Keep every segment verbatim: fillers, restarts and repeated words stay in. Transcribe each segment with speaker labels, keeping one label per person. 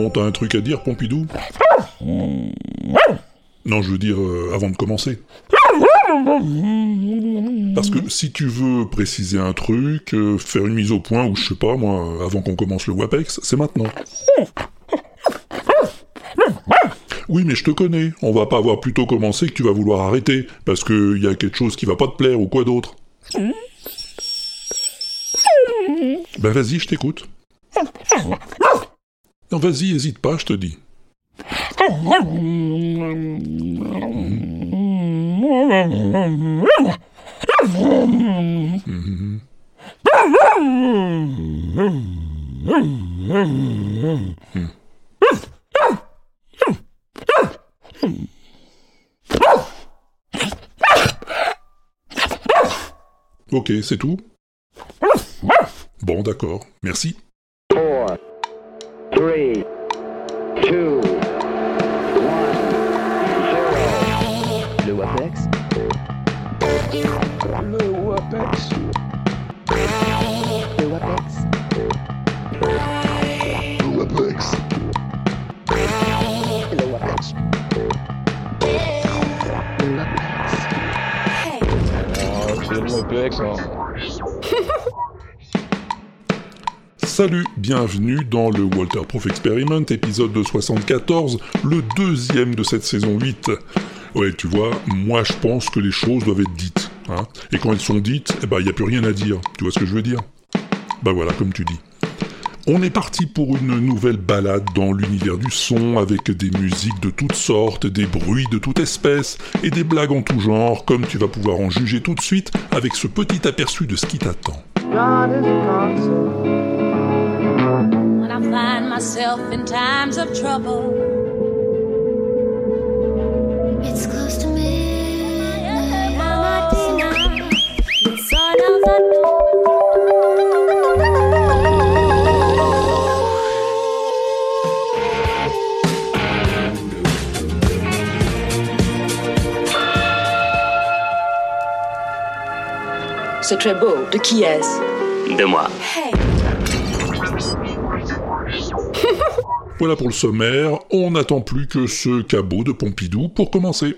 Speaker 1: Bon, t'as un truc à dire, Pompidou ? Non, je veux dire, euh, avant de commencer. Parce que si tu veux préciser un truc, euh, faire une mise au point, ou je sais pas, moi, avant qu'on commence le WAPEX, c'est maintenant. Oui, mais je te connais, on va pas avoir plus tôt commencé que tu vas vouloir arrêter, parce que y a quelque chose qui va pas te plaire, ou quoi d'autre. Ben vas-y, je t'écoute. Non, vas-y, hésite pas, je te dis. Mmh. Mmh. Ok, c'est tout ? Bon, d'accord, merci.
Speaker 2: four, three, two, one, zero. Le WAPEX. Le WAPEX. Le WAPEX.
Speaker 1: Le WAPEX.
Speaker 2: Le WAPEX. Le WAPEX.
Speaker 3: Oh, c'est le WAPEX, hein.
Speaker 1: Salut, bienvenue dans le Walter Proof Experiment, épisode soixante-quatorze, le deuxième de cette saison huit. Ouais, tu vois, moi je pense que les choses doivent être dites, hein. Et quand elles sont dites, eh ben y a plus rien à dire, tu vois ce que je veux dire ? Bah voilà, comme tu dis. On est parti pour une nouvelle balade dans l'univers du son, avec des musiques de toutes sortes, des bruits de toute espèce, et des blagues en tout genre, comme tu vas pouvoir en juger tout de suite, avec ce petit aperçu de ce qui t'attend.
Speaker 4: God is a concept. When I find myself in times of trouble, it's close to midnight, night, the sun of the
Speaker 5: C'est très beau. De qui est-ce ?
Speaker 6: De moi.
Speaker 5: Hey.
Speaker 1: Voilà pour le sommaire, on n'attend plus que ce cabot de Pompidou pour commencer.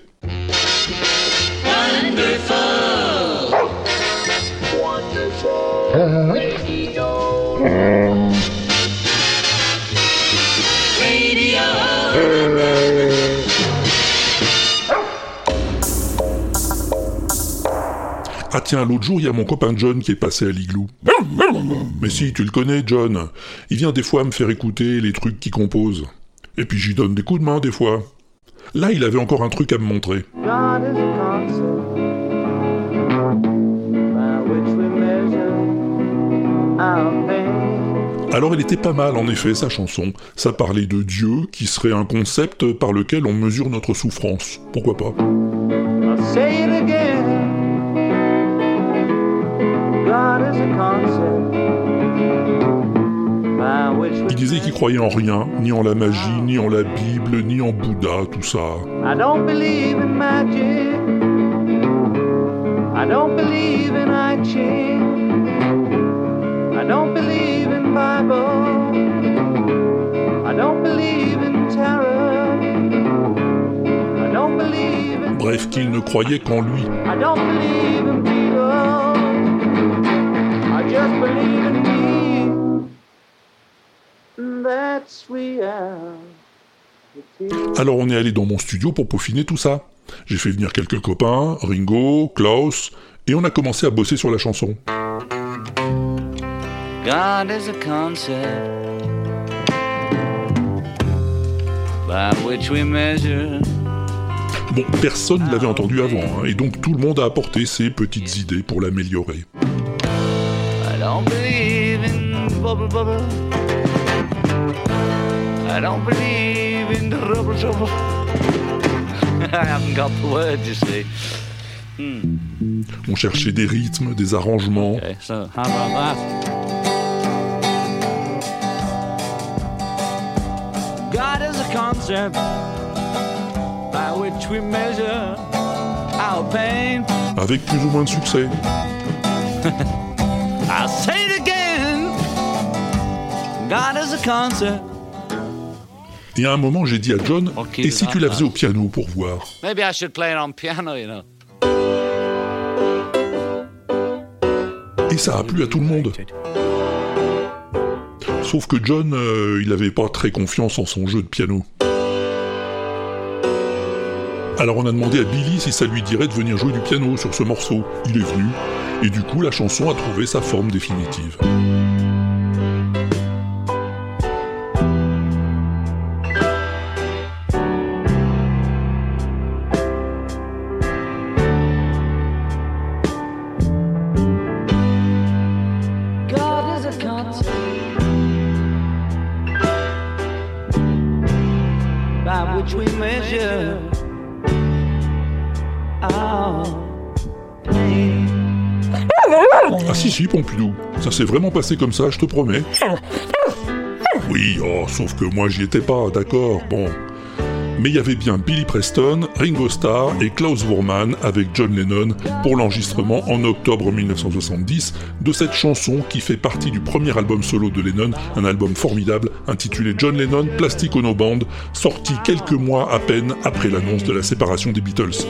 Speaker 1: Ah tiens, l'autre jour, il y a mon copain John qui est passé à l'igloo. Mais si, tu le connais, John. Il vient des fois me faire écouter les trucs qu'il compose. Et puis j'y donne des coups de main, des fois. Là, il avait encore un truc à me montrer.
Speaker 4: God is a concept by which we measure our pain.
Speaker 1: Alors, elle était pas mal, en effet, sa chanson. Ça parlait de Dieu, qui serait un concept par lequel on mesure notre souffrance. Pourquoi pas ?
Speaker 4: I'll say it again. God is a concept by which we
Speaker 1: Il disait qu'il croyait en rien, ni en la magie, ni en la Bible, ni en Bouddha, tout ça.
Speaker 4: I don't believe in magic. I don't believe in I Ching. I don't believe in Bible. I don't believe in tarot. I don't believe in...
Speaker 1: Bref, qu'il ne croyait qu'en lui.
Speaker 4: I don't believe in people. I just believe in me. That's we are.
Speaker 1: Alors on est allé dans mon studio pour peaufiner tout ça. J'ai fait venir quelques copains, Ringo, Klaus, et on a commencé à bosser sur la chanson.
Speaker 6: God is a concept by which we measure.
Speaker 1: Bon, personne ne l'avait entendu avant, hein, et donc tout le monde a apporté ses petites idées pour l'améliorer.
Speaker 6: I don't believe in bubble bubble. I don't believe in trouble trouble. I haven't got the words, you see. Hmm.
Speaker 1: On cherchait des rythmes, des arrangements.
Speaker 6: Okay, so how about that? God is a concept by which we measure our pain.
Speaker 1: Avec plus ou moins de succès.
Speaker 6: I'll say it again. God is a concept
Speaker 1: Et à un moment, j'ai dit à John, et si tu la faisais au piano pour voir ?
Speaker 6: Maybe I should play it on piano, you know.
Speaker 1: Et ça a plu à tout le monde. Sauf que John, euh, il avait pas très confiance en son jeu de piano. Alors on a demandé à Billy si ça lui dirait de venir jouer du piano sur ce morceau. Il est venu, et du coup la chanson a trouvé sa forme définitive. Ah si si Pompidou, ça s'est vraiment passé comme ça, je te promets. Oui, oh, sauf que moi j'y étais pas, d'accord, bon. Mais il y avait bien Billy Preston, Ringo Starr et Klaus Voormann avec John Lennon pour l'enregistrement en octobre dix-neuf cent soixante-dix de cette chanson qui fait partie du premier album solo de Lennon, un album formidable intitulé John Lennon Plastic Ono Band, sorti quelques mois à peine après l'annonce de la séparation des Beatles.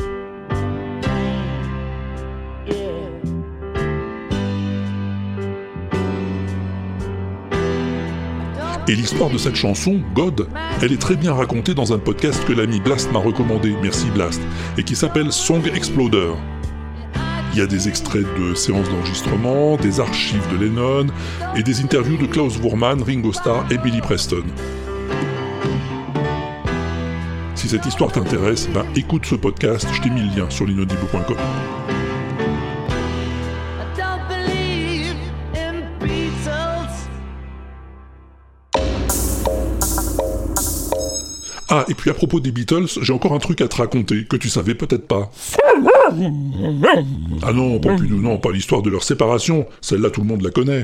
Speaker 1: Et l'histoire de cette chanson, God, elle est très bien racontée dans un podcast que l'ami Blast m'a recommandé, merci Blast, et qui s'appelle Song Exploder. Il y a des extraits de séances d'enregistrement, des archives de Lennon, et des interviews de Klaus Voormann, Ringo Starr et Billy Preston. Si cette histoire t'intéresse, ben écoute ce podcast, je t'ai mis le lien sur l'inaudible point com. Ah, et puis à propos des Beatles, j'ai encore un truc à te raconter, que tu savais peut-être pas. Ah non, Pompidou, non, pas l'histoire de leur séparation, celle-là tout le monde la connaît.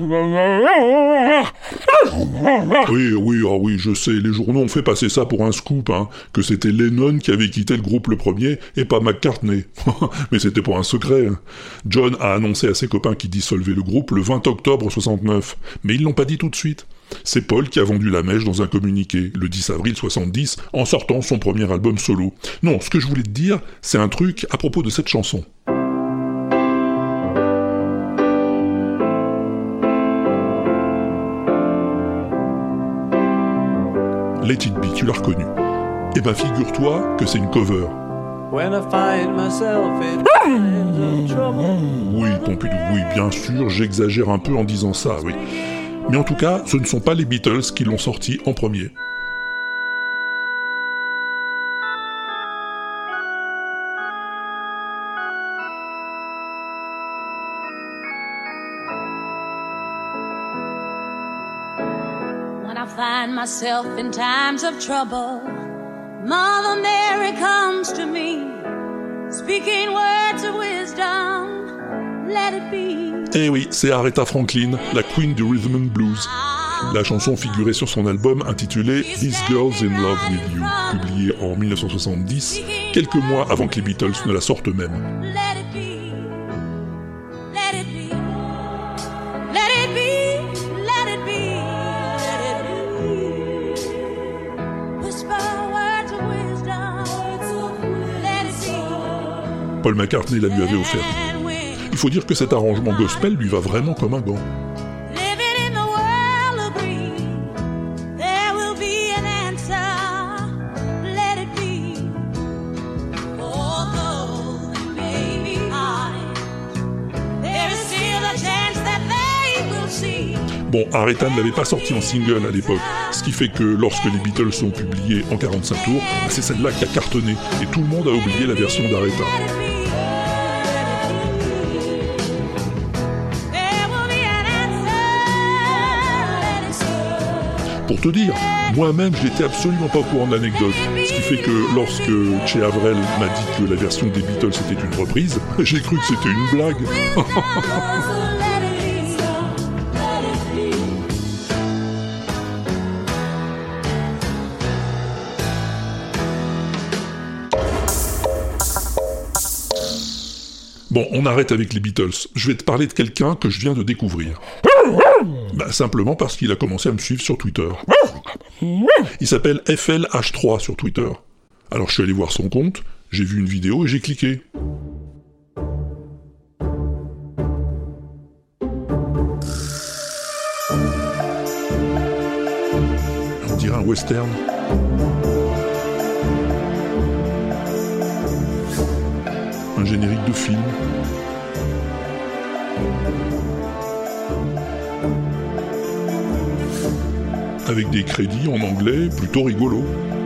Speaker 1: Oui, oui, ah oui, je sais, les journaux ont fait passer ça pour un scoop, hein, que c'était Lennon qui avait quitté le groupe le premier, et pas McCartney. Mais c'était pas un secret. Hein. John a annoncé à ses copains qu'il dissolvait le groupe le vingt octobre soixante-neuf, mais ils l'ont pas dit tout de suite. C'est Paul qui a vendu la mèche dans un communiqué, le dix avril soixante-dix, en sortant son premier album solo. Non, ce que je voulais te dire, c'est un truc à propos de cette chanson. Let It Be, tu l'as reconnu. Eh ben figure-toi que c'est une cover.
Speaker 4: When I find myself in times of trouble.
Speaker 1: Oui, Pompidou, oui, bien sûr, j'exagère un peu en disant ça, oui. Mais en tout cas, ce ne sont pas les Beatles qui l'ont sorti en premier.
Speaker 3: When I find myself in times of trouble, Mother Mary comes to me, speaking words of wisdom, let it be.
Speaker 1: Eh oui, c'est Aretha Franklin, la queen du rhythm and blues. La chanson figurait sur son album intitulé This Girl's in Love with You, publié en dix-neuf cent soixante-dix, quelques mois avant que les Beatles ne la sortent eux-mêmes. Paul McCartney la lui avait offert. Il faut dire que cet arrangement gospel lui va vraiment comme un gant. Bon, Aretha ne l'avait pas sorti en single à l'époque, ce qui fait que lorsque les Beatles sont publiés en quarante-cinq tours, c'est celle-là qui a cartonné, et tout le monde a oublié la version d'Aretha. Pour te dire, moi-même je n'étais absolument pas au courant de l'anecdote, ce qui fait que lorsque Che Avril m'a dit que la version des Beatles était une reprise, j'ai cru que c'était une blague. Bon, on arrête avec les Beatles. Je vais te parler de quelqu'un que je viens de découvrir. Bah simplement parce qu'il a commencé à me suivre sur Twitter. Il s'appelle F L H trois sur Twitter. Alors je suis allé voir son compte, j'ai vu une vidéo et j'ai cliqué. On dirait un western. Un générique de film. Avec des crédits en anglais plutôt rigolos.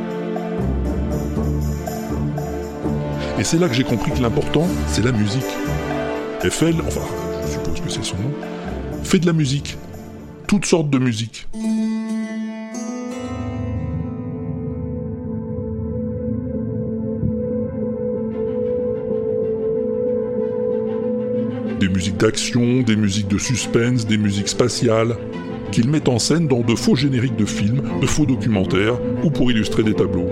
Speaker 1: Et c'est là que j'ai compris que l'important, c'est la musique. F L, enfin, je suppose que c'est son nom, fait de la musique. Toutes sortes de musique. Des musiques d'action, des musiques de suspense, des musiques spatiales, qu'il met en scène dans de faux génériques de films, de faux documentaires, ou pour illustrer des tableaux.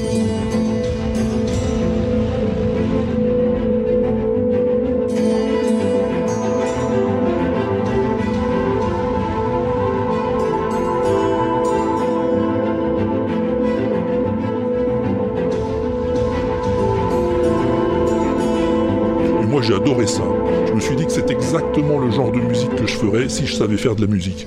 Speaker 1: Et moi j'ai adoré ça. Je me suis dit que c'est exactement le genre de musique que je ferais si je savais faire de la musique.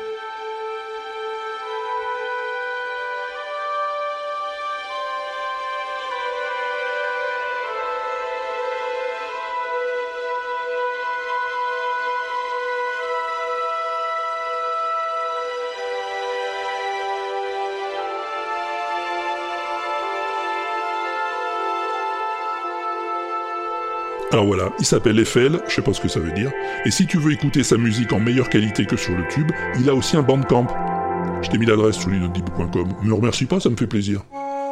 Speaker 1: Alors voilà, il s'appelle F L, je sais pas ce que ça veut dire, et si tu veux écouter sa musique en meilleure qualité que sur le tube, il a aussi un Bandcamp. Je t'ai mis l'adresse sur l'inaudible point com. Me remercie pas, ça me fait plaisir.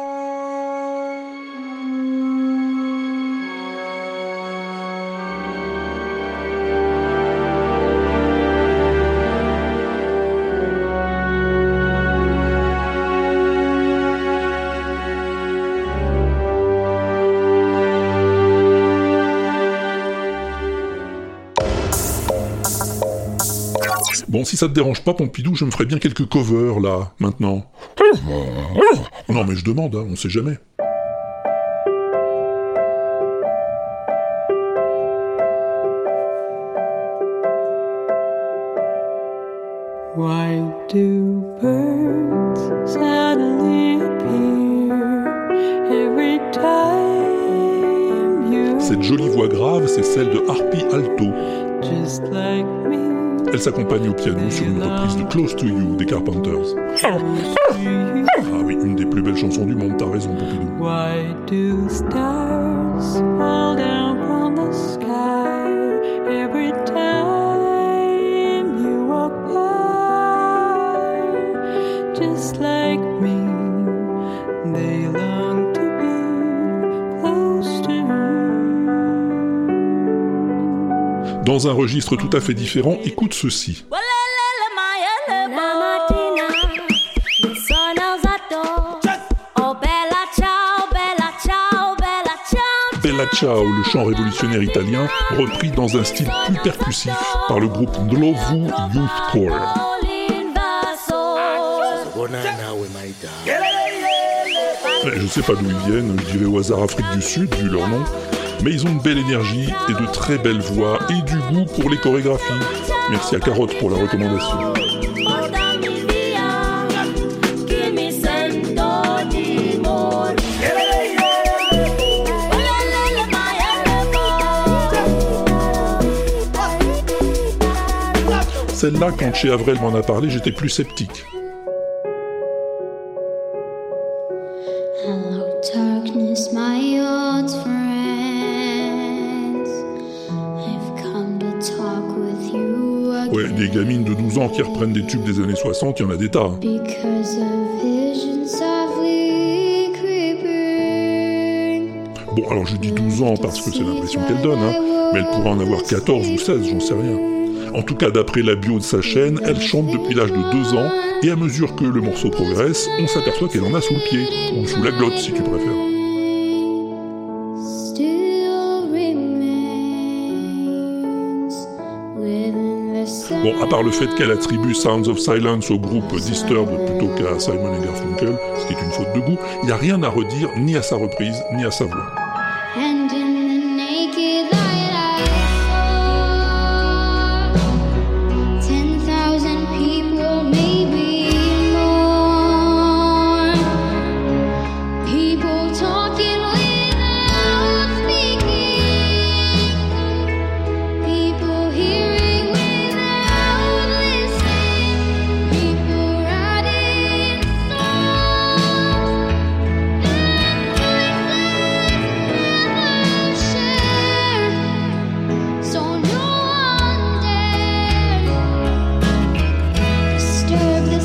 Speaker 1: Bon, si ça te dérange pas, Pompidou, je me ferais bien quelques covers, là, maintenant. Non, mais je demande, hein, on sait jamais.
Speaker 7: Why do birds suddenly appear every time you...
Speaker 1: Cette jolie voix grave, c'est celle de Harpy Alto.
Speaker 7: Just like me.
Speaker 1: Elle s'accompagne au piano sur une reprise de Close to You des Carpenters. Ah oui, une des plus belles chansons du monde, t'as raison, Pompidou.
Speaker 7: Why do stars fall down from the sky every time you walk by? Just like me, they long to be close to you.
Speaker 1: Dans un registre tout à fait différent, écoute ceci. Bella Ciao, le chant révolutionnaire italien, repris dans un style plus percussif par le groupe Ndlovu Youth Corps. Je sais pas d'où ils viennent, je dirais au hasard Afrique du Sud, vu leur nom, mais ils ont une belle énergie et de très belles voix et du goût pour les chorégraphies. Merci à Carotte pour la recommandation. Celle-là, quand chez Avrel m'en a parlé, j'étais plus sceptique.
Speaker 8: Hello, darkness, my old friends. I've come to talk with you again.
Speaker 1: Ouais, des gamines de douze ans qui reprennent des tubes des années soixante, il y en a des tas. Hein.
Speaker 8: Because of visions softly creeping.
Speaker 1: Bon, alors je dis douze ans parce que c'est l'impression qu'elle donne, hein, mais elle pourrait en avoir quatorze ou seize, j'en sais rien. En tout cas, d'après la bio de sa chaîne, elle chante depuis l'âge de deux ans, et à mesure que le morceau progresse, on s'aperçoit qu'elle en a sous le pied, ou sous la glotte si tu préfères.
Speaker 8: Still remains within the sound.
Speaker 1: Bon, à part le fait qu'elle attribue Sounds of Silence au groupe Disturbed plutôt qu'à Simon et Garfunkel, ce qui est une faute de goût, il n'y a rien à redire ni à sa reprise, ni à sa voix.
Speaker 8: And in the naked light I saw ten thousand people, maybe more. People talking without speaking. People hearing without listening. People writing songs and voices share. So no one dare disturb the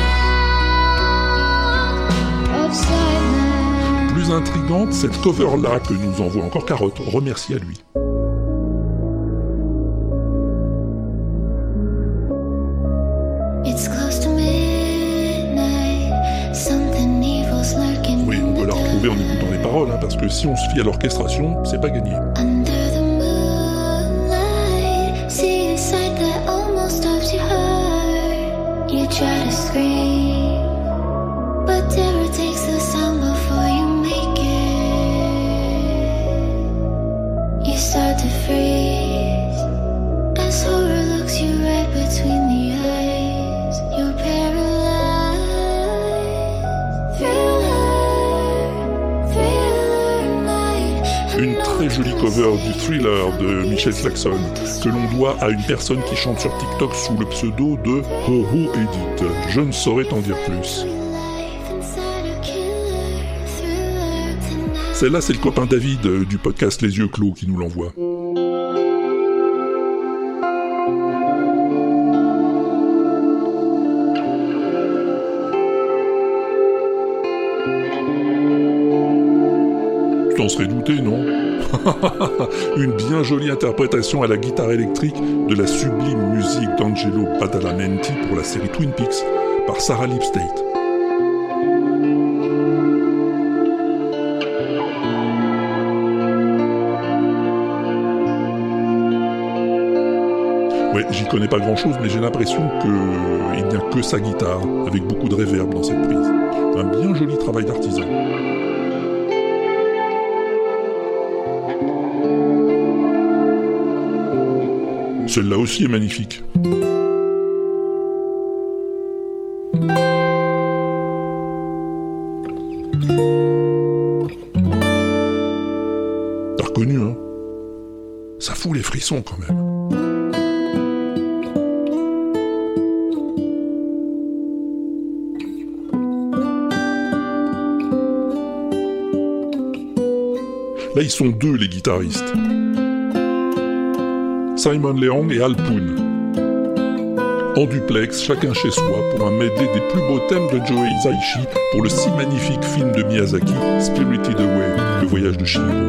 Speaker 8: sound of silence.
Speaker 1: Plus intrigante, cette cover-là que nous envoie encore Carotte, remercie à lui.
Speaker 8: It's close to midnight. Something evil's lurking.
Speaker 1: Oui, on peut la retrouver en écoutant les paroles, hein, parce que si on se fie à l'orchestration, c'est pas gagné.
Speaker 8: Under the moonlight, see a sight that almost stops your heart. You try to scream, but terror takes the sound before you make it. You start to freeze as horror looks you right between the eyes. You're paralyzed. Thriller, thriller night.
Speaker 1: Une très jolie cover du Thriller de Michel Claxon, que l'on doit à une personne qui chante sur TikTok sous le pseudo de Ho-Ho Edit. Je ne saurais t'en dire plus. Celle-là, c'est le copain David euh, du podcast Les Yeux Clos qui nous l'envoie. Tu t'en serais douté, non? Une bien jolie interprétation à la guitare électrique de la sublime musique d'Angelo Badalamenti pour la série Twin Peaks par Sarah Lipstate. Ouais, j'y connais pas grand chose, mais j'ai l'impression qu'il n'y a que sa guitare, avec beaucoup de reverb dans cette prise. Un bien joli travail d'artisan. Celle-là aussi est magnifique. T'as reconnu, hein? Ça fout les frissons quand même. Là, ils sont deux, les guitaristes. Simon Leong et Al Poon. En duplex, chacun chez soi, pour un medley des plus beaux thèmes de Joe Hisaishi pour le si magnifique film de Miyazaki, Spirited Away, le voyage de Chihiro.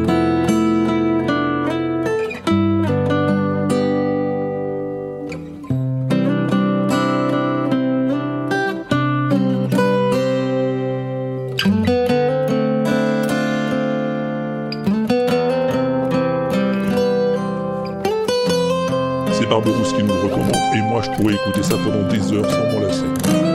Speaker 1: Barberousse qui nous le recommande, et moi je pourrais écouter ça pendant des heures sans m'en lasser.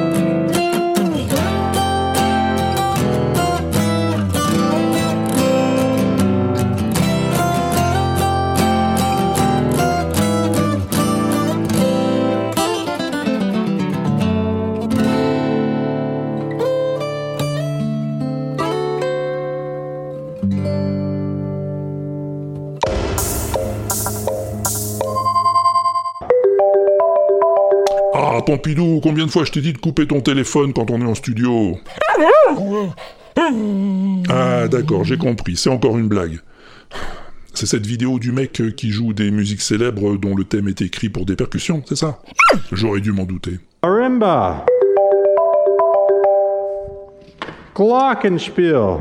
Speaker 1: Ah, Pompidou, combien de fois je t'ai dit de couper ton téléphone quand on est en studio? Ah, d'accord, j'ai compris, c'est encore une blague. C'est cette vidéo du mec qui joue des musiques célèbres dont le thème est écrit pour des percussions, c'est ça? J'aurais dû m'en douter.
Speaker 9: Marimba. Glockenspiel.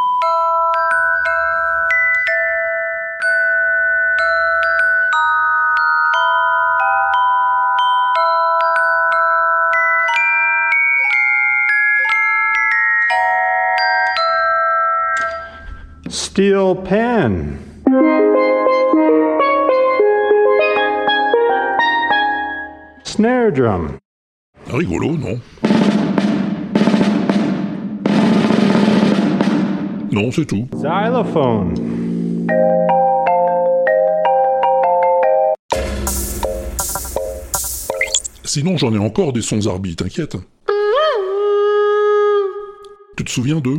Speaker 9: Steel pan. snare drum.
Speaker 1: Rigolo, non? Non, c'est tout.
Speaker 9: Xylophone.
Speaker 1: Sinon, j'en ai encore des sons Arby, t'inquiète. Tu te souviens d'eux?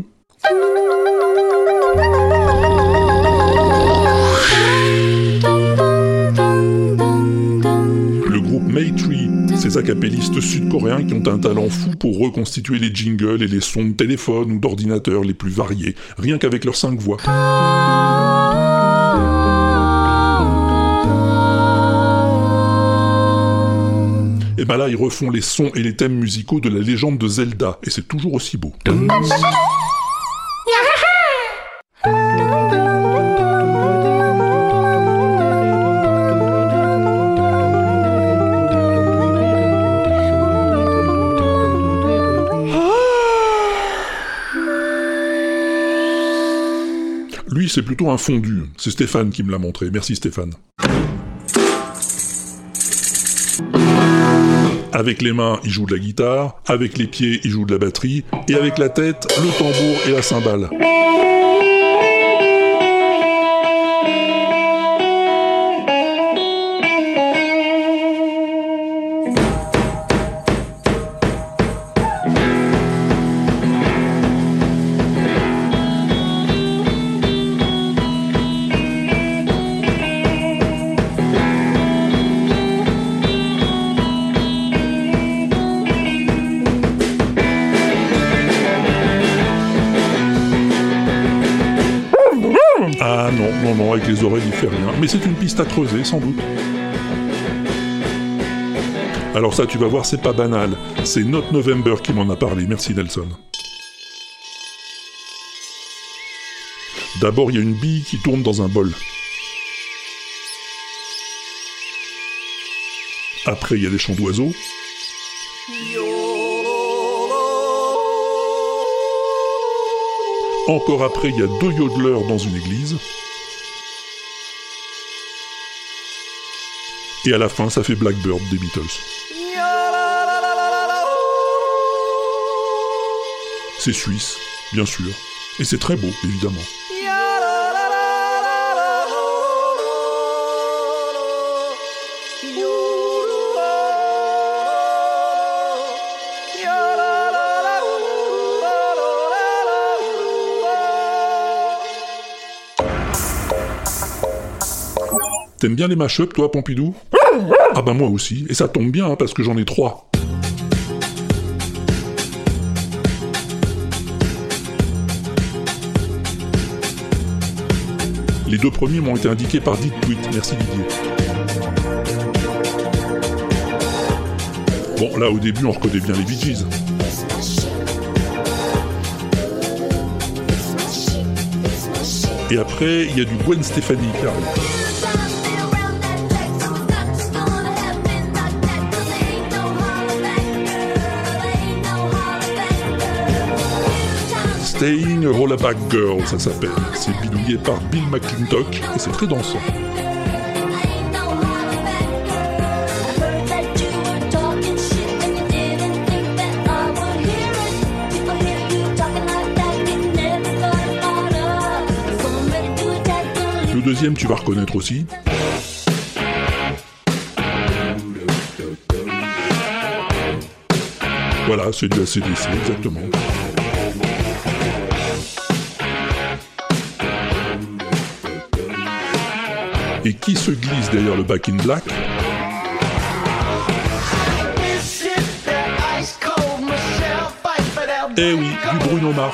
Speaker 1: Le groupe Maytree, ces acapellistes sud-coréens qui ont un talent fou pour reconstituer les jingles et les sons de téléphone ou d'ordinateur les plus variés, rien qu'avec leurs cinq voix. Et ben là, ils refont les sons et les thèmes musicaux de la légende de Zelda, et c'est toujours aussi beau. Lui, c'est plutôt un fondu. C'est Stéphane qui me l'a montré. Merci Stéphane. Avec les mains, il joue de la guitare, avec les pieds, il joue de la batterie, et avec la tête, le tambour et la cymbale. Ah non, non, non, avec les oreilles il fait rien. Mais c'est une piste à creuser, sans doute. Alors ça, tu vas voir, c'est pas banal. C'est Not November qui m'en a parlé. Merci Nelson. D'abord, il y a une bille qui tourne dans un bol. Après, il y a des chants d'oiseaux. Encore après, il y a deux yodeleurs dans une église. Et à la fin, ça fait Blackbird des Beatles. C'est suisse, bien sûr. Et c'est très beau, évidemment. T'aimes bien les mash-up, toi, Pompidou? Ah bah moi aussi, et ça tombe bien, hein, parce que j'en ai trois. Les deux premiers m'ont été indiqués par Dit Tweet, merci Didier. Bon, là, au début, on reconnaît bien les Bee Gees. Et après, il y a du Gwen Stefani qui arrive. Staying a Rollaback Girl, ça s'appelle. C'est bidouillé par Bill McClintock et c'est très dansant. Le deuxième, tu vas reconnaître aussi. Voilà, c'est du A C D C, exactement. Et qui se glisse derrière le Back in Black? Eh oui, du Bruno Mars.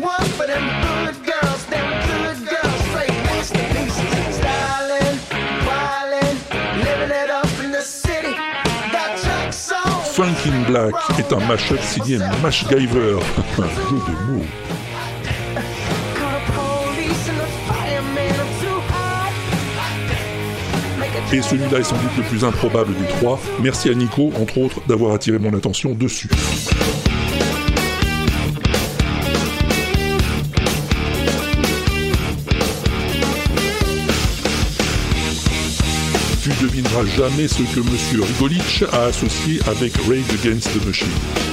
Speaker 1: Funk in Black est un mash-up signé Mashgiver. Un jeu de mots. Et celui-là est sans doute le plus improbable des trois. Merci à Nico, entre autres, d'avoir attiré mon attention dessus. tu devineras jamais ce que Monsieur Rigolich a associé avec Rage Against the Machine.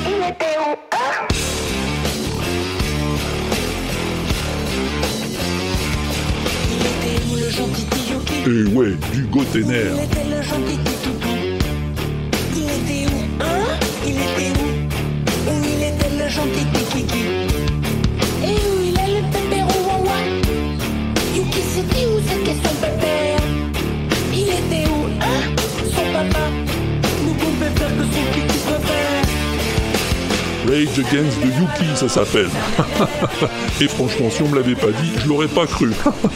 Speaker 1: Et ouais, du Gotenner.
Speaker 10: Il était le gentil petit toutou. Il était où, hein? Il était où? Où il était le gentil petit kiki? Et où il est le pépéro wawa? Yuki s'est dit où c'était son pépère? Il était où, hein? Son papa? Nous pouvons faire que son kiki préfère.
Speaker 1: Rage Against the Yuki, ça s'appelle. Et franchement, si on me l'avait pas dit, je l'aurais pas cru.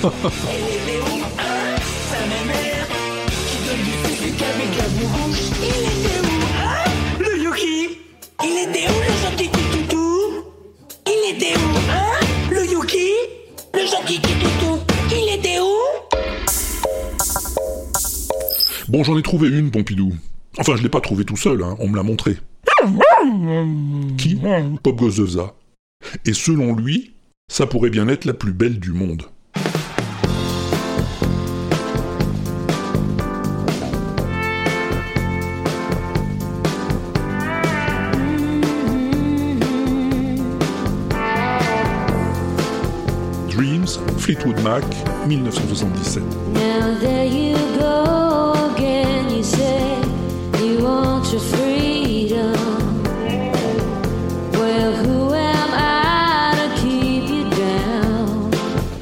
Speaker 1: Bon, j'en ai trouvé une, Pompidou. Enfin, je l'ai pas trouvée tout seul, hein, on me l'a montré. Qui ? Pop Gozdovza. Et selon lui, ça pourrait bien être la plus belle du monde. Dreams, Fleetwood Mac, dix-neuf cent soixante-dix-sept.
Speaker 3: Now there you go again, you say you want your freedom. Well, who am I to keep you down?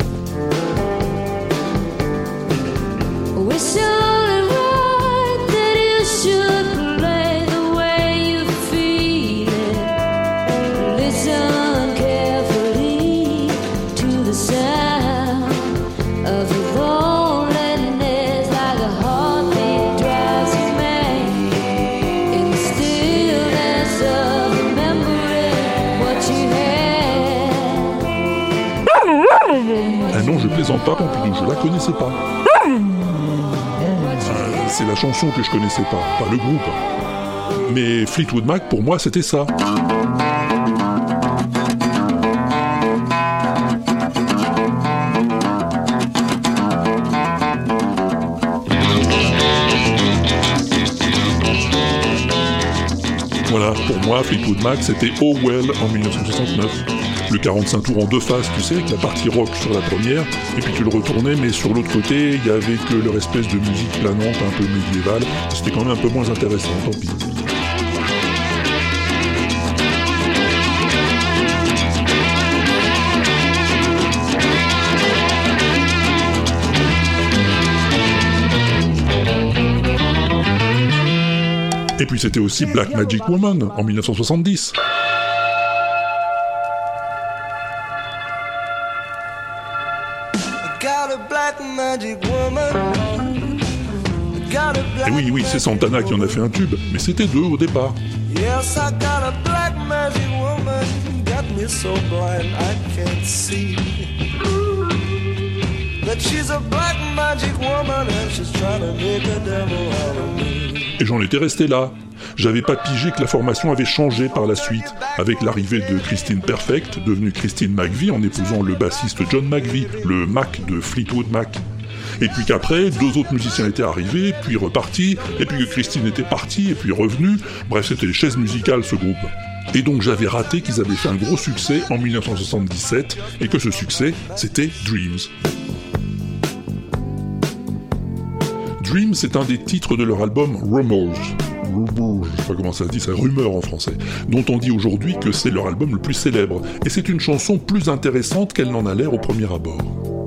Speaker 3: We sold it right that you should play the way you feel it. Listen carefully to the sound of the loneliness, like a heartbeat drives you mad. In the stillness of remembering what you had.
Speaker 1: Ah non, je plaisante pas, Pompidou, je la connaissais pas. Euh, c'est la chanson que je connaissais pas, pas le groupe. Mais Fleetwood Mac, pour moi, c'était ça. Voilà, pour moi, Fleetwood Mac, c'était Oh Well en dix-neuf cent soixante-neuf. Le quarante-cinq tours en deux faces, tu sais, avec la partie rock sur la première, et puis tu le retournais, mais sur l'autre côté, il y avait que leur espèce de musique planante un peu médiévale. C'était quand même un peu moins intéressant, tant pis. Et puis c'était aussi Black Magic Woman en dix-neuf cent soixante-dix. Et oui, oui, c'est Santana qui en a fait un tube, mais c'était deux au départ.
Speaker 11: Yes, I got a black magic woman, got me so blind I can't see. That she's a black magic woman and she's trying to make a devil out of me.
Speaker 1: Et j'en étais resté là. J'avais pas pigé que la formation avait changé par la suite, avec l'arrivée de Christine Perfect, devenue Christine McVie en épousant le bassiste John McVie, le Mac de Fleetwood Mac. Et puis qu'après, deux autres musiciens étaient arrivés, puis repartis, et puis que Christine était partie, et puis revenue. Bref, c'était les chaises musicales, ce groupe. Et donc j'avais raté qu'ils avaient fait un gros succès en dix-neuf cent soixante-dix-sept, et que ce succès, c'était Dreams. Dreams, c'est un des titres de leur album Rumors. Rumors, je sais pas comment ça se dit, c'est rumeur en français, dont on dit aujourd'hui que c'est leur album le plus célèbre, et c'est une chanson plus intéressante qu'elle n'en a l'air au premier abord.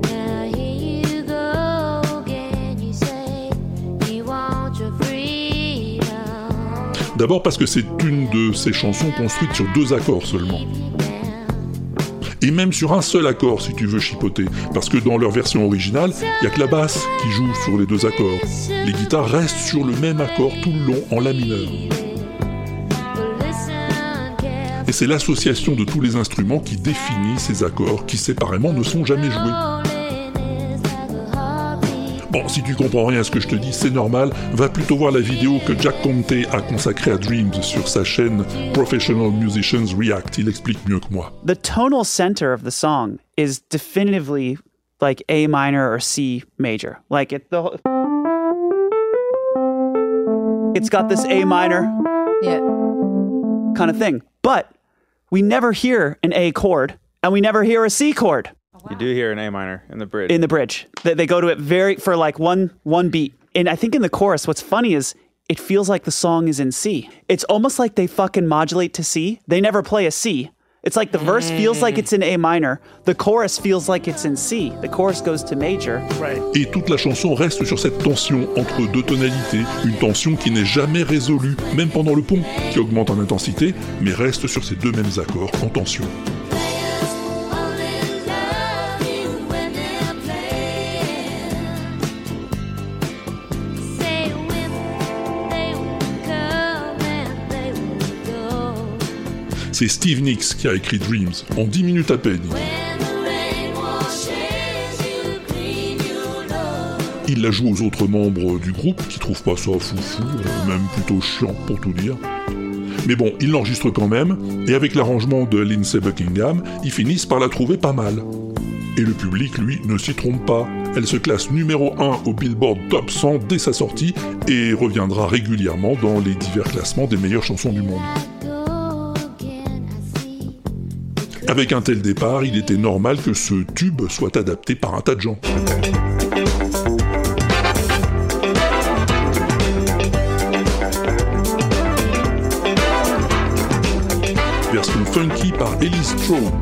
Speaker 1: D'abord parce que c'est une de ces chansons construites sur deux accords seulement. Et même sur un seul accord si tu veux chipoter, parce que dans leur version originale, il n'y a que la basse qui joue sur les deux accords. Les guitares restent sur le même accord tout le long en la mineur. Et c'est l'association de tous les instruments qui définit ces accords qui séparément ne sont jamais joués. Bon, si tu comprends rien à ce que je te dis, c'est normal, va plutôt voir la vidéo que Jack Conte a consacrée à Dreams sur sa chaîne Professional Musicians React, il explique mieux que moi.
Speaker 12: The tonal center of the song is definitively like A minor or C major. Like it the It's got this A minor
Speaker 13: Yeah.
Speaker 12: kind of thing. But we never hear an A chord and we never hear a C chord.
Speaker 14: You do hear an A minor in the bridge.
Speaker 12: In the bridge. They, they go to it very for like one one beat. And I think in the chorus, what's funny is it feels like the song is in C. It's almost like they fucking modulate to C. They never play a C. It's like the verse feels like it's in A minor. The chorus feels like it's in C. The chorus goes to major.
Speaker 1: Right. Et toute la chanson reste sur cette tension entre deux tonalités. Une tension qui n'est jamais résolue, même pendant le pont, qui augmente en intensité, mais reste sur ces deux mêmes accords en tension. C'est Steve Nicks qui a écrit Dreams, en dix minutes à peine. Il la joue aux autres membres du groupe, qui trouvent pas ça foufou, même plutôt chiant pour tout dire. Mais bon, il l'enregistre quand même, et avec l'arrangement de Lindsey Buckingham, ils finissent par la trouver pas mal. Et le public, lui, ne s'y trompe pas. Elle se classe numéro un au Billboard Top cent dès sa sortie, et reviendra régulièrement dans les divers classements des meilleures chansons du monde. Avec un tel départ, il était normal que ce tube soit adapté par un tas de gens. Version funky par Ellie Strode.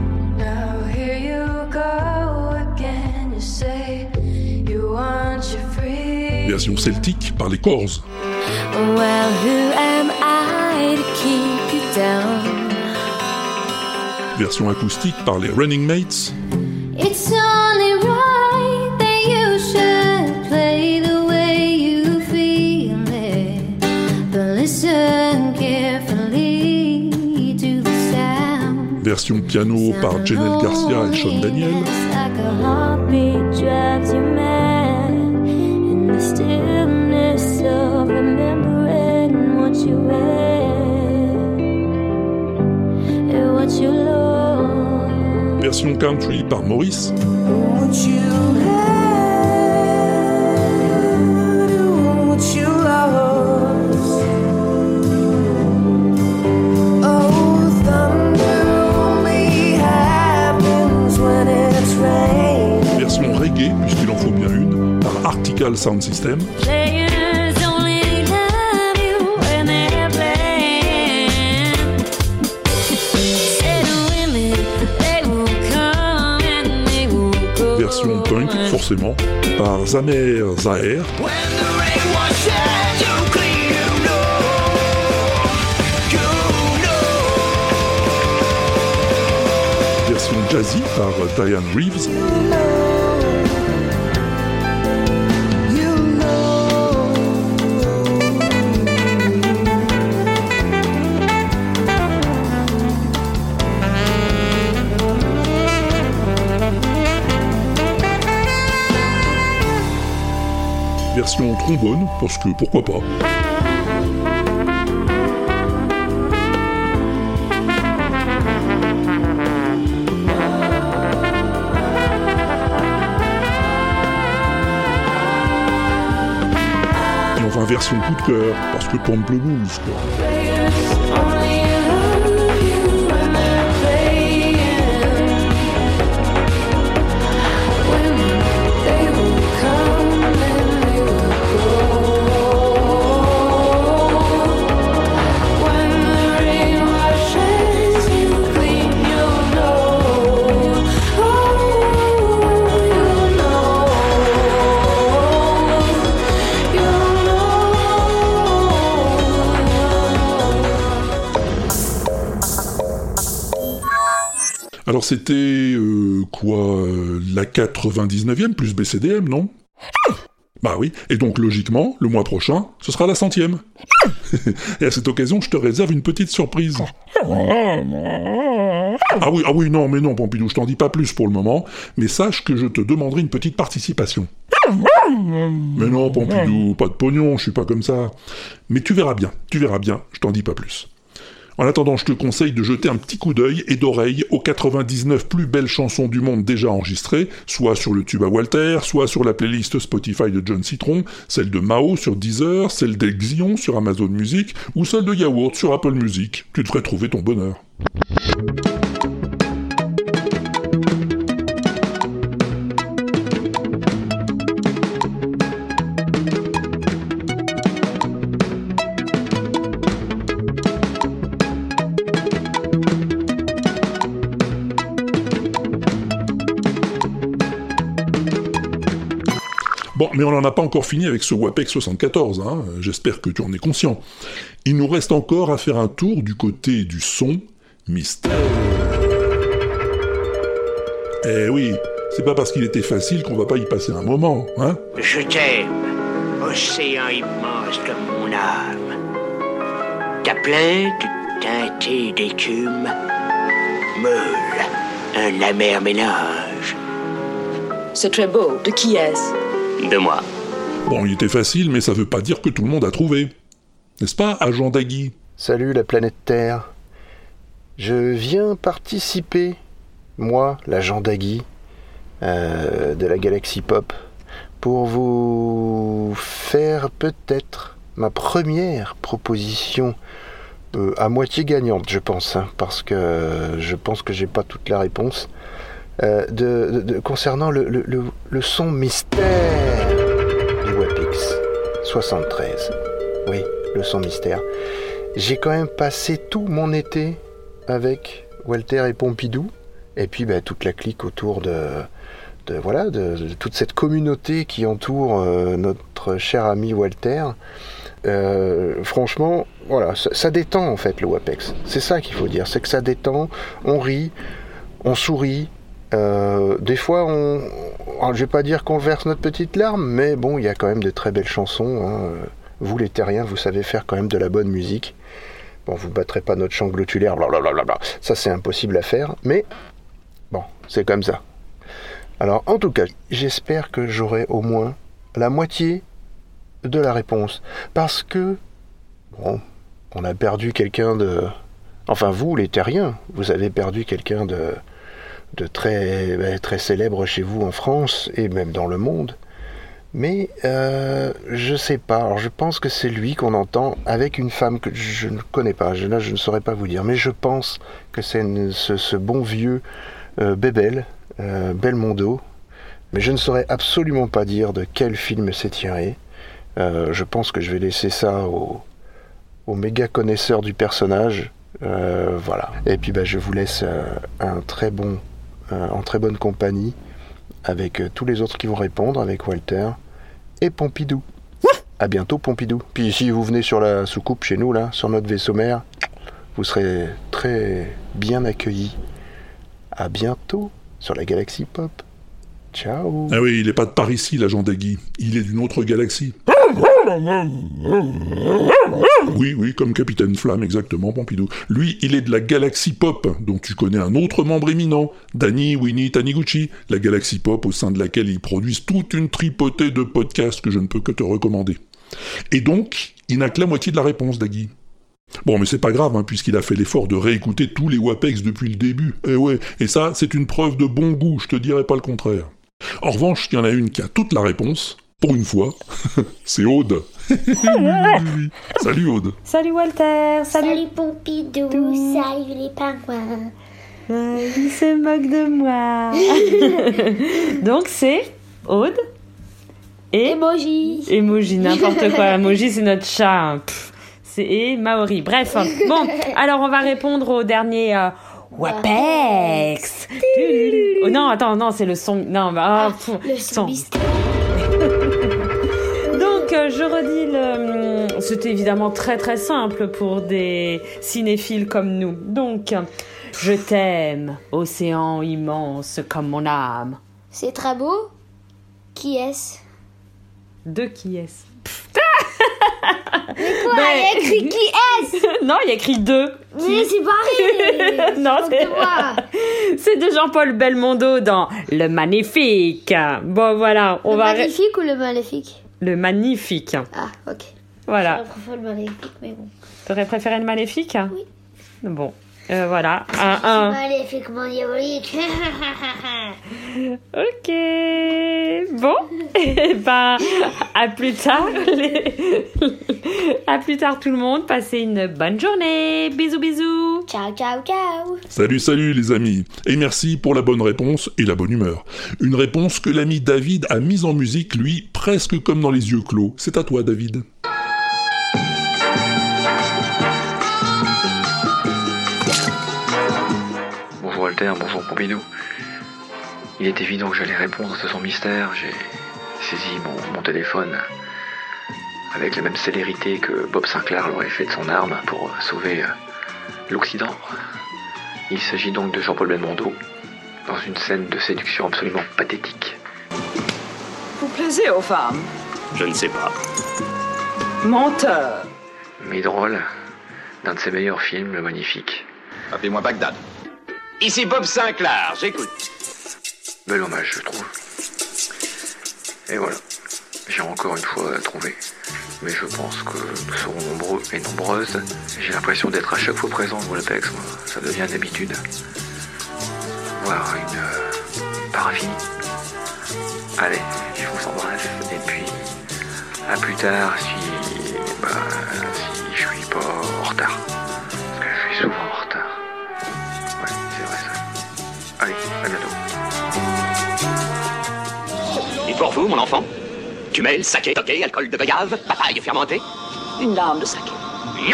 Speaker 1: Version celtique par les Corrs.
Speaker 8: Well, who am I to keep you down?
Speaker 1: Version acoustique par les Running Mates.
Speaker 8: It's only right that you should play the way you feel it, but listen carefully to the sound.
Speaker 1: Version piano par Janelle Garcia et Sean Daniel.
Speaker 8: Like a heartbeat drives you mad in the stillness of remembering what you read and what you love.
Speaker 1: Version country par Maurice.
Speaker 11: What you had, what you lost. Oh, thunder only happens when it's raining.
Speaker 1: Version reggae, puisqu'il en faut bien une, par Article Sound System. Version punk, forcément, par Zamer Zaher. Version jazzy par Diane Reeves. Version trombone, parce que pourquoi pas. Et enfin version coup de cœur, parce que Pamplemousse, quoi. Alors c'était, euh, quoi, euh, la quatre-vingt-dix-neuvième plus B C D M, non? Bah oui, et donc logiquement, le mois prochain, ce sera la centième. Et à cette occasion, je te réserve une petite surprise. Ah oui, ah oui, non, mais non, Pompidou, je t'en dis pas plus pour le moment, mais sache que je te demanderai une petite participation. Mais non, Pompidou, pas de pognon, je suis pas comme ça. Mais tu verras bien, tu verras bien, je t'en dis pas plus. En attendant, je te conseille de jeter un petit coup d'œil et d'oreille aux quatre-vingt-dix-neuf plus belles chansons du monde déjà enregistrées, soit sur le tube à Walter, soit sur la playlist Spotify de John Citron, celle de Mao sur Deezer, celle d'Exion sur Amazon Music, ou celle de Yaourt sur Apple Music. Tu devrais trouver ton bonheur. Bon, mais on n'en a pas encore fini avec ce WAPEX soixante-quatorze, hein, j'espère que tu en es conscient. Il nous reste encore à faire un tour du côté du son mystère. Eh oui, c'est pas parce qu'il était facile qu'on va pas y passer un moment, hein.
Speaker 13: Je t'aime, océan immense comme mon âme. Ta plainte teintée d'écume, meule, un amer mélange.
Speaker 5: C'est très beau. De qui est-ce?
Speaker 13: De moi.
Speaker 1: Bon, il était facile, mais ça veut pas dire que tout le monde a trouvé. N'est-ce pas, agent Dagui?
Speaker 15: Salut la planète Terre. Je viens participer, moi, l'agent Dagui, euh, de la galaxie Pop, pour vous faire peut-être ma première proposition euh, à moitié gagnante, je pense, hein, parce que euh, je pense que j'ai pas toute la réponse. Euh, de, de, de, concernant le, le, le, le son mystère du WAPEX soixante-treize. Oui, le son mystère. J'ai quand même passé tout mon été avec Walter et Pompidou, et puis bah, toute la clique autour de, de, voilà, de, de toute cette communauté qui entoure euh, notre cher ami Walter. Euh, franchement, voilà, ça, ça détend en fait le WAPEX. C'est ça qu'il faut dire, c'est que ça détend, on rit, on sourit. Euh, des fois, on, on, je vais pas dire qu'on verse notre petite larme, mais bon, il y a quand même de très belles chansons. Hein. Vous, les terriens, vous savez faire quand même de la bonne musique. Bon, vous battrez pas notre chant glotulaire, blablabla. Ça, c'est impossible à faire, mais bon, c'est comme ça. Alors, en tout cas, j'espère que j'aurai au moins la moitié de la réponse, parce que bon, on a perdu quelqu'un de, enfin vous, les terriens, vous avez perdu quelqu'un de de très, très célèbre chez vous en France et même dans le monde, mais euh, je sais pas, alors je pense que c'est lui qu'on entend avec une femme que je ne connais pas, je, là je ne saurais pas vous dire, mais je pense que c'est une, ce, ce bon vieux euh, Bébel, euh, Belmondo, mais je ne saurais absolument pas dire de quel film c'est tiré. Euh, je pense que je vais laisser ça aux au méga connaisseurs du personnage, euh, voilà, et puis bah, je vous laisse euh, un très bon en très bonne compagnie avec tous les autres qui vont répondre, avec Walter et Pompidou. À bientôt Pompidou. Puis si vous venez sur la soucoupe chez nous, là, sur notre vaisseau mère, vous serez très bien accueillis. À bientôt sur la galaxie Pop. Ciao.
Speaker 1: Ah oui, il est pas de par ici, l'agent Dagui. Il est d'une autre galaxie. Oui, oui, comme Capitaine Flamme, exactement, Pompidou. Lui, il est de la galaxie Pop, dont tu connais un autre membre éminent, Danny Winnie Taniguchi, la galaxie Pop au sein de laquelle ils produisent toute une tripotée de podcasts que je ne peux que te recommander. Et donc, il n'a que la moitié de la réponse, Dagui. Bon, mais c'est pas grave, hein, puisqu'il a fait l'effort de réécouter tous les WAPEX depuis le début. Et ouais, et ça, c'est une preuve de bon goût, je te dirais pas le contraire. En revanche, il y en a une qui a toute la réponse, pour une fois, c'est Aude. Salut Aude.
Speaker 16: Salut Walter. Salut,
Speaker 17: salut Pompidou. Tout. Salut les pingouins.
Speaker 16: Euh, il se moque de moi. Donc c'est Aude et...
Speaker 17: Emoji.
Speaker 16: Emoji, n'importe quoi. Emoji, c'est notre chat. Pff, c'est et Maori. Bref, bon, alors on va répondre au dernier... Euh, WAPEX. Oh non, attends, non, c'est le son. Non, bah,
Speaker 17: ah, pff, le son mystère.
Speaker 16: Donc, euh, je redis le. C'était évidemment très très simple pour des cinéphiles comme nous. Donc, je t'aime, océan immense comme mon âme.
Speaker 17: C'est très beau. Qui est-ce?
Speaker 16: De qui est-ce?
Speaker 17: Mais quoi? Ben... Il y a écrit qui est-ce?
Speaker 16: Non, il y a écrit deux.
Speaker 17: Mais c'est pareil.
Speaker 16: Non, c'est... c'est de Jean-Paul Belmondo dans Le Magnifique. Bon, voilà. On
Speaker 17: le
Speaker 16: va...
Speaker 17: Magnifique ou le Maléfique?
Speaker 16: Le Magnifique.
Speaker 17: Ah, ok.
Speaker 16: Voilà.
Speaker 17: J'aurais préféré le Maléfique, mais bon.
Speaker 16: T'aurais préféré le Maléfique?
Speaker 17: Oui.
Speaker 16: Bon, euh, voilà. Un, un.
Speaker 17: Maléfiquement diabolique.
Speaker 16: Ok. Bon, et ben, à plus tard. Les... à plus tard tout le monde. Passez une bonne journée. Bisous, bisous.
Speaker 17: Ciao, ciao, ciao.
Speaker 1: Salut, salut les amis. Et merci pour la bonne réponse et la bonne humeur. Une réponse que l'ami David a mise en musique, lui, presque comme dans les yeux clos. C'est à toi, David.
Speaker 18: Bonjour Walter, bonjour Pompidou. Il est évident que j'allais répondre à ce son mystère. J'ai saisi mon, mon téléphone avec la même célérité que Bob Sinclair l'aurait fait de son arme pour sauver l'Occident. Il s'agit donc de Jean-Paul Belmondo dans une scène de séduction absolument pathétique.
Speaker 19: Vous plaisez aux femmes?
Speaker 13: Je ne sais pas.
Speaker 19: Menteur.
Speaker 18: Mais drôle, d'un de ses meilleurs films, Le Magnifique.
Speaker 13: Appelez-moi Bagdad. Ici Bob Sinclair, j'écoute.
Speaker 18: Bel hommage, je trouve. Et voilà, j'ai encore une fois trouvé. Mais je pense que nous serons nombreux et nombreuses. J'ai l'impression d'être à chaque fois présent dans l'Apex, moi. Ça devient une habitude. Voire une euh, part infinie. Allez, je vous embrasse. Et puis, à plus tard si... Bah, si je suis pas en retard. Parce que je suis souvent en retard. Ouais, c'est vrai ça. Allez, à bientôt.
Speaker 13: Et pour vous, mon enfant, tu mêles saké, toqué, alcool de goyave, papaye fermentée?
Speaker 19: Une larme de saké.
Speaker 13: Non.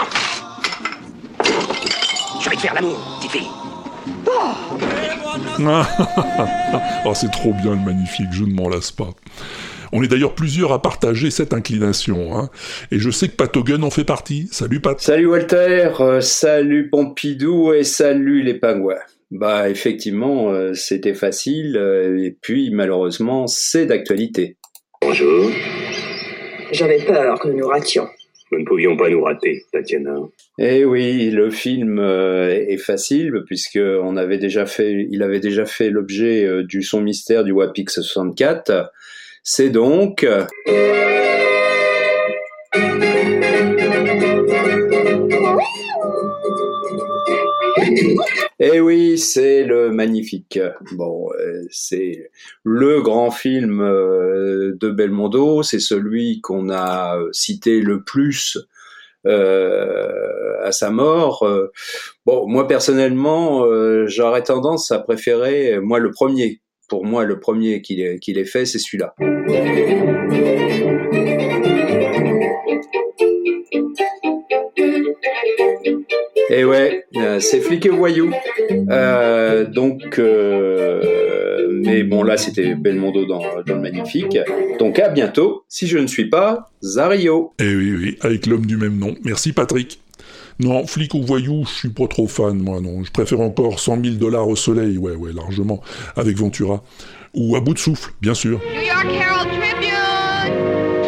Speaker 13: Je vais te faire l'amour, petite fille.
Speaker 1: Oh, c'est trop bien le Magnifique, je ne m'en lasse pas. On est d'ailleurs plusieurs à partager cette inclination, hein. Et je sais que Pat Hogan en fait partie. Salut Pat.
Speaker 20: Salut Walter, euh, salut Pompidou et salut les pingouins. Bah effectivement, euh, c'était facile, euh, et puis malheureusement, c'est d'actualité.
Speaker 21: Bonjour.
Speaker 19: J'avais peur que nous nous rations.
Speaker 21: Nous ne pouvions pas nous rater, Tatiana.
Speaker 20: Eh oui, le film euh, est facile puisque on avait déjà fait, il avait déjà fait l'objet euh, du son mystère du WAPix soixante-quatre. C'est donc euh... Eh oui, c'est le Magnifique. Bon, euh, c'est le grand film euh, de Belmondo, c'est celui qu'on a cité le plus euh, à sa mort. Euh, bon, moi personnellement, euh, j'aurais tendance à préférer, moi le premier. Pour moi, le premier qu'il ait, qu'il ait fait, c'est celui-là. Et ouais, euh, c'est Flic et Voyou. Euh, donc, euh, mais bon, là, c'était Belmondo dans, dans le Magnifique. Donc, à bientôt, si je ne suis pas Zario.
Speaker 1: Eh oui, oui, avec l'homme du même nom. Merci, Patrick. Non, Flic ou Voyou, je suis pas trop fan, moi, non. Je préfère encore cent mille dollars au soleil, ouais, ouais, largement, avec Ventura. Ou À bout de souffle, bien sûr.
Speaker 22: New York Herald Tribune!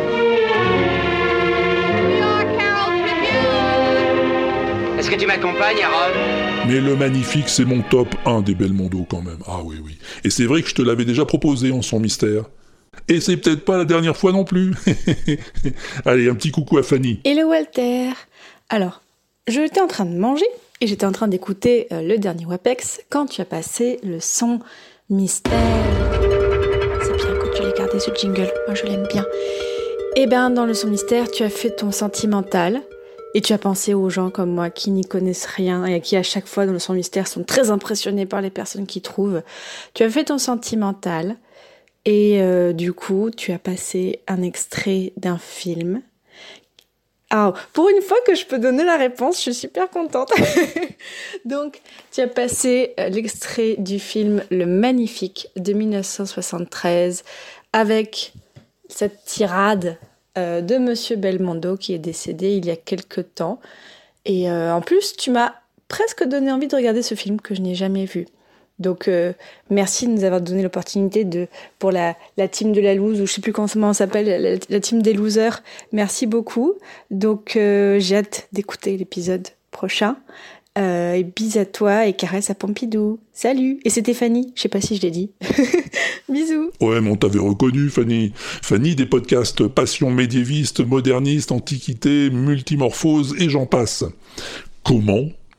Speaker 22: New York Herald Tribune!
Speaker 13: Est-ce que tu m'accompagnes, Harold?
Speaker 1: Mais le Magnifique, c'est mon top un des Belmondo, quand même. Ah oui, oui. Et c'est vrai que je te l'avais déjà proposé en son mystère. Et c'est peut-être pas la dernière fois non plus. Allez, un petit coucou à Fanny.
Speaker 23: Hello Walter. Alors, j'étais en train de manger et j'étais en train d'écouter euh, le dernier WAPEX quand tu as passé le son mystère. C'est bien que tu l'aies gardé ce jingle, moi je l'aime bien. Et ben dans le son mystère, tu as fait ton sentimental et tu as pensé aux gens comme moi qui n'y connaissent rien et qui à chaque fois dans le son mystère sont très impressionnés par les personnes qui trouvent. Tu as fait ton sentimental et euh, du coup tu as passé un extrait d'un film. Ah, pour une fois que je peux donner la réponse, je suis super contente. Donc, tu as passé l'extrait du film Le Magnifique de dix-neuf cent soixante-treize avec cette tirade euh, de Monsieur Belmondo qui est décédé il y a quelque temps. Et euh, en plus, tu m'as presque donné envie de regarder ce film que je n'ai jamais vu. Donc, euh, merci de nous avoir donné l'opportunité de, pour la, la team de la loose, ou je sais plus comment on s'appelle, la, la team des losers. Merci beaucoup. Donc, euh, j'ai hâte d'écouter l'épisode prochain. Euh, et bis à toi et caresse à Pompidou. Salut. Et c'était Fanny. Je sais pas si je l'ai dit. Bisous.
Speaker 1: Ouais, mais on t'avait reconnu, Fanny. Fanny des podcasts Passion médiéviste, moderniste, antiquité, multimorphose et j'en passe. Comment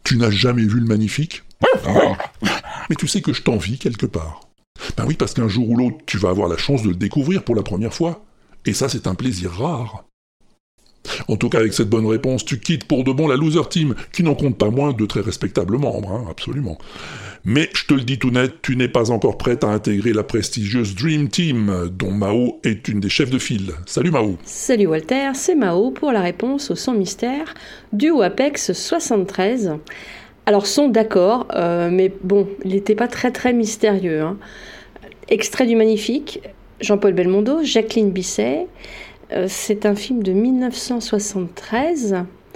Speaker 1: Tu n'as jamais vu le Magnifique ? Ah. Mais tu sais que je t'envie quelque part. Ben oui, parce qu'un jour ou l'autre, tu vas avoir la chance de le découvrir pour la première fois. Et ça, c'est un plaisir rare. En tout cas, avec cette bonne réponse, tu quittes pour de bon la Loser Team, qui n'en compte pas moins de très respectables membres, hein, absolument. Mais, je te le dis tout net, tu n'es pas encore prête à intégrer la prestigieuse Dream Team, dont Mao est une des chefs de file. Salut Mao.
Speaker 23: Salut Walter, c'est Mao pour la réponse au son mystère du WAPEX soixante-treize. Alors, son d'accord, euh, mais bon, il n'était pas très très mystérieux. Hein. Extrait du Magnifique, Jean-Paul Belmondo, Jacqueline Bisset. Euh, c'est un film de dix-neuf cent soixante-treize.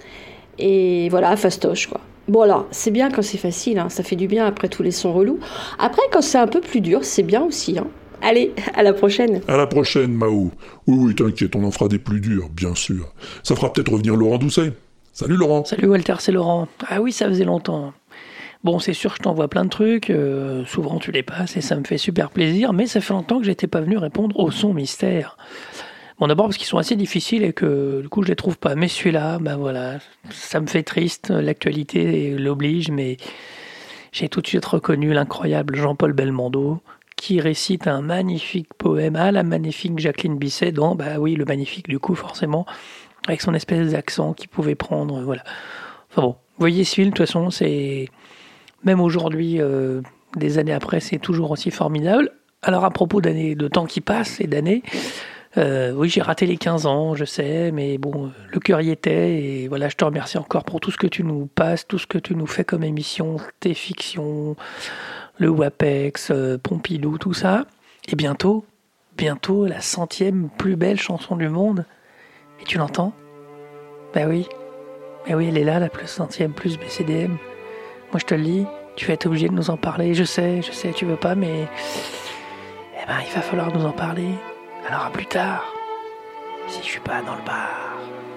Speaker 23: Et voilà, fastoche quoi. Bon alors, c'est bien quand c'est facile, hein, ça fait du bien après tous les sons relous. Après, quand c'est un peu plus dur, c'est bien aussi. Hein. Allez, à la prochaine.
Speaker 1: À la prochaine, Mao. Oui, oui, t'inquiète, on en fera des plus durs, bien sûr. Ça fera peut-être revenir Laurent Doucet. Salut Laurent.
Speaker 2: Salut Walter, c'est Laurent. Ah oui, ça faisait longtemps. Bon, c'est sûr que je t'envoie plein de trucs, euh, souvent tu les passes et ça me fait super plaisir, mais ça fait longtemps que j'étais pas venu répondre au son mystère. Bon, d'abord parce qu'ils sont assez difficiles et que du coup je les trouve pas. Mais celui-là, ben voilà, ça me fait triste, l'actualité l'oblige, mais j'ai tout de suite reconnu l'incroyable Jean-Paul Belmondo qui récite un magnifique poème à la magnifique Jacqueline Bisset dans, bah oui, le magnifique du coup forcément, avec son espèce d'accent qu'il pouvait prendre, voilà. Enfin bon, vous voyez ce film, de toute façon, c'est... Même aujourd'hui, euh, des années après, c'est toujours aussi formidable. Alors à propos d'années, de temps qui passe et d'années, euh, oui, j'ai raté les quinze ans, je sais, mais bon, le cœur y était, et voilà, je te remercie encore pour tout ce que tu nous passes, tout ce que tu nous fais comme émission, tes fictions, le WAPEX, euh, Pompidou, tout ça. Et bientôt, bientôt, la centième plus belle chanson du monde. Et tu l'entends ? Ben oui, ben oui, elle est là, la plus centième, plus B C D M. Moi je te le dis, tu vas être obligé de nous en parler. Je sais, je sais, tu veux pas, mais eh ben il va falloir nous en parler. Alors à plus tard, si je suis pas dans le bar.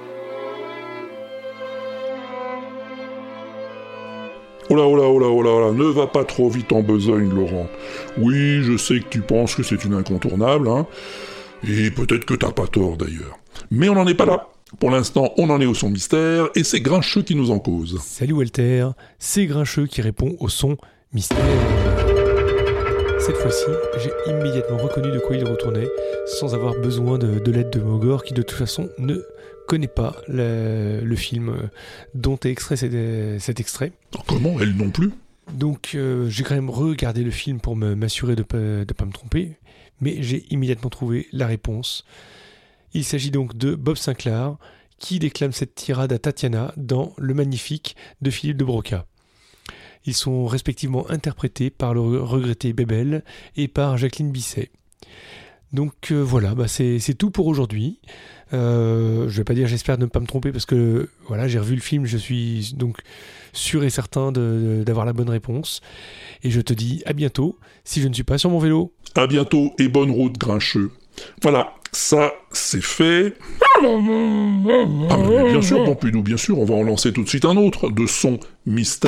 Speaker 1: Oh là, oh là, oh là, oh là, oh là, ne va pas trop vite en besogne, Laurent. Oui, je sais que tu penses que c'est une incontournable, hein, et peut-être que t'as pas tort d'ailleurs. Mais on n'en est pas là. Pour l'instant, on en est au son mystère, et c'est Grincheux qui nous en cause.
Speaker 4: Salut Walter, c'est Grincheux qui répond au son mystère. Cette fois-ci, j'ai immédiatement reconnu de quoi il retournait, sans avoir besoin de, de l'aide de Mogor, qui de toute façon ne connaît pas le, le film dont est extrait cet, cet extrait.
Speaker 1: Comment ? Elle non plus ?
Speaker 4: Donc euh, j'ai quand même regardé le film pour me, m'assurer de ne pas, pas me tromper, mais j'ai immédiatement trouvé la réponse. Il s'agit donc de Bob Sinclair qui déclame cette tirade à Tatiana dans Le Magnifique de Philippe de Broca. Ils sont respectivement interprétés par le regretté Bébel et par Jacqueline Bisset. Donc euh, voilà, bah c'est, c'est tout pour aujourd'hui. Euh, je vais pas dire j'espère ne pas me tromper parce que voilà, j'ai revu le film, je suis donc sûr et certain de, de, d'avoir la bonne réponse. Et je te dis à bientôt si je ne suis pas sur mon vélo.
Speaker 1: À bientôt et bonne route Grincheux. Voilà, ça c'est fait. Ah mais bien sûr, Pompidou, bien sûr, on va en lancer tout de suite un autre de son mystère.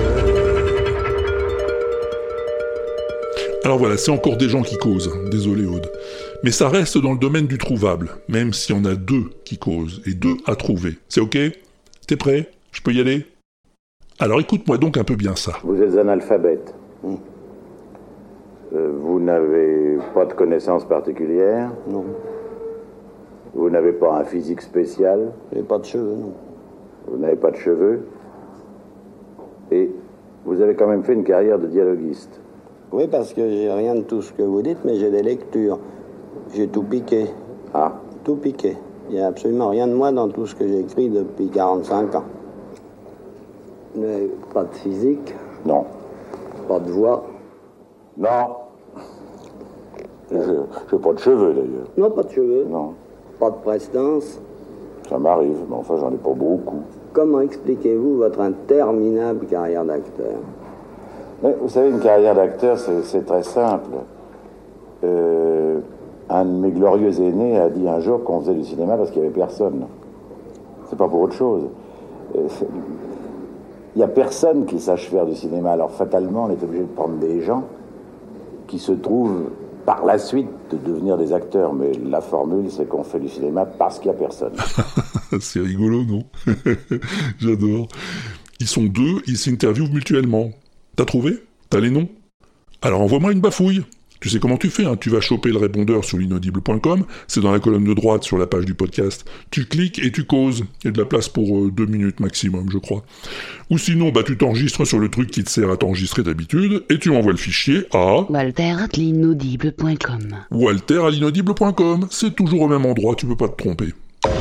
Speaker 1: Alors voilà, c'est encore des gens qui causent, désolé Aude. Mais ça reste dans le domaine du trouvable, même s'il y en a deux qui causent, et deux à trouver. C'est ok ? T'es prêt ? Je peux y aller ? Alors écoute-moi donc un peu bien ça.
Speaker 6: Vous êtes analphabète. Mmh. Euh, vous n'avez pas de connaissances particulières ?
Speaker 24: Non.
Speaker 6: Vous n'avez pas un physique spécial ?
Speaker 24: J'ai pas de cheveux, non.
Speaker 6: Vous n'avez pas de cheveux ? Et vous avez quand même fait une carrière de dialoguiste ?
Speaker 24: Oui, parce que j'ai rien de tout ce que vous dites, mais j'ai des lectures. J'ai tout piqué.
Speaker 6: Ah.
Speaker 24: Tout piqué. Il n'y a absolument rien de moi dans tout ce que j'ai écrit depuis quarante-cinq ans. Vous n'avez pas de physique ?
Speaker 6: Non.
Speaker 24: Pas de voix ?
Speaker 6: Non. Je n'ai pas de cheveux, d'ailleurs.
Speaker 24: Non, pas de cheveux.
Speaker 6: Non.
Speaker 24: Pas de prestance.
Speaker 6: Ça m'arrive, mais enfin, j'en ai pas beaucoup.
Speaker 24: Comment expliquez-vous votre interminable carrière d'acteur ?
Speaker 6: Mais vous savez, une carrière d'acteur, c'est, c'est très simple. Euh, un de mes glorieux aînés a dit un jour qu'on faisait du cinéma parce qu'il n'y avait personne. C'est pas pour autre chose. Il n'y a personne qui sache faire du cinéma. Alors fatalement, on est obligé de prendre des gens qui se trouvent par la suite de devenir des acteurs. Mais la formule, c'est qu'on fait du cinéma parce qu'il n'y a personne.
Speaker 1: C'est rigolo, non ? J'adore. Ils sont deux, ils s'interviewent mutuellement. T'as trouvé ? T'as les noms ? Alors envoie-moi une bafouille. Tu sais comment tu fais, hein, tu vas choper le répondeur sur l'inaudible point com, c'est dans la colonne de droite sur la page du podcast. Tu cliques et tu causes. Il y a de la place pour euh, deux minutes maximum, je crois. Ou sinon, bah tu t'enregistres sur le truc qui te sert à t'enregistrer d'habitude, et tu m'envoies le fichier à...
Speaker 3: Walter at l'inaudible point com.
Speaker 1: Walter à l'inaudible point com. C'est toujours au même endroit, tu peux pas te tromper.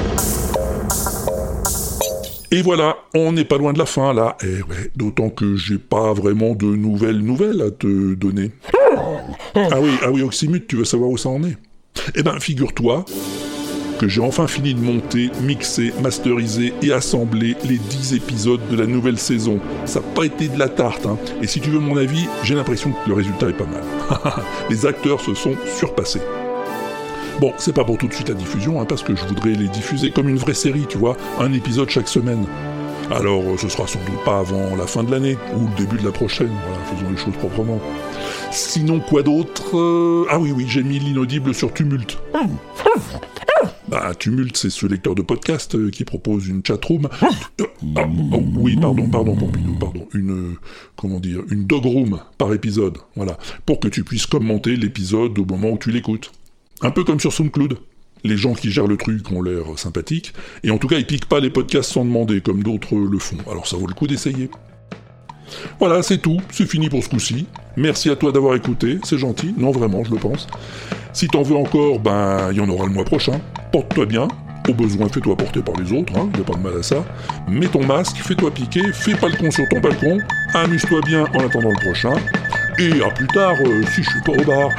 Speaker 1: Et voilà, on n'est pas loin de la fin, là. Eh ouais, d'autant que j'ai pas vraiment de nouvelles nouvelles à te donner. Ah oui, ah oui, Oxymute, tu veux savoir où ça en est ? Eh ben, figure-toi que j'ai enfin fini de monter, mixer, masteriser et assembler les dix épisodes de la nouvelle saison. Ça n'a pas été de la tarte, hein. Et si tu veux mon avis, j'ai l'impression que le résultat est pas mal. Les acteurs se sont surpassés. Bon, c'est pas pour tout de suite à diffusion, hein, parce que je voudrais les diffuser comme une vraie série, tu vois, un épisode chaque semaine. Alors, euh, ce sera sans doute pas avant la fin de l'année, ou le début de la prochaine, voilà, faisons les choses proprement. Sinon, quoi d'autre euh... Ah oui, oui, j'ai mis l'inaudible sur Tumult. Bah, Tumult, c'est ce lecteur de podcast euh, qui propose une chatroom. Euh, ah, oh, oui, pardon, pardon, Pompidou, pardon. Une, euh, comment dire, une dog room par épisode, voilà, pour que tu puisses commenter l'épisode au moment où tu l'écoutes. Un peu comme sur SoundCloud. Les gens qui gèrent le truc ont l'air sympathiques, et en tout cas ils piquent pas les podcasts sans demander, comme d'autres le font, alors ça vaut le coup d'essayer. Voilà, c'est tout, c'est fini pour ce coup-ci. Merci à toi d'avoir écouté, c'est gentil, non vraiment, je le pense. Si t'en veux encore, ben, il y en aura le mois prochain. Porte-toi bien, au besoin fais-toi porter par les autres, hein, y a pas de mal à ça. Mets ton masque, fais-toi piquer, fais pas le con sur ton balcon, amuse-toi bien en attendant le prochain, et à plus tard, euh, si je suis pas au bar.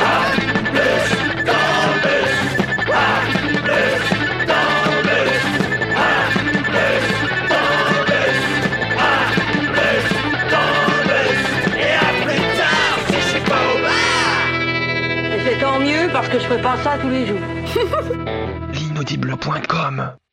Speaker 22: Tant mieux parce que je fais pas ça tous les jours.
Speaker 3: l'inaudible point com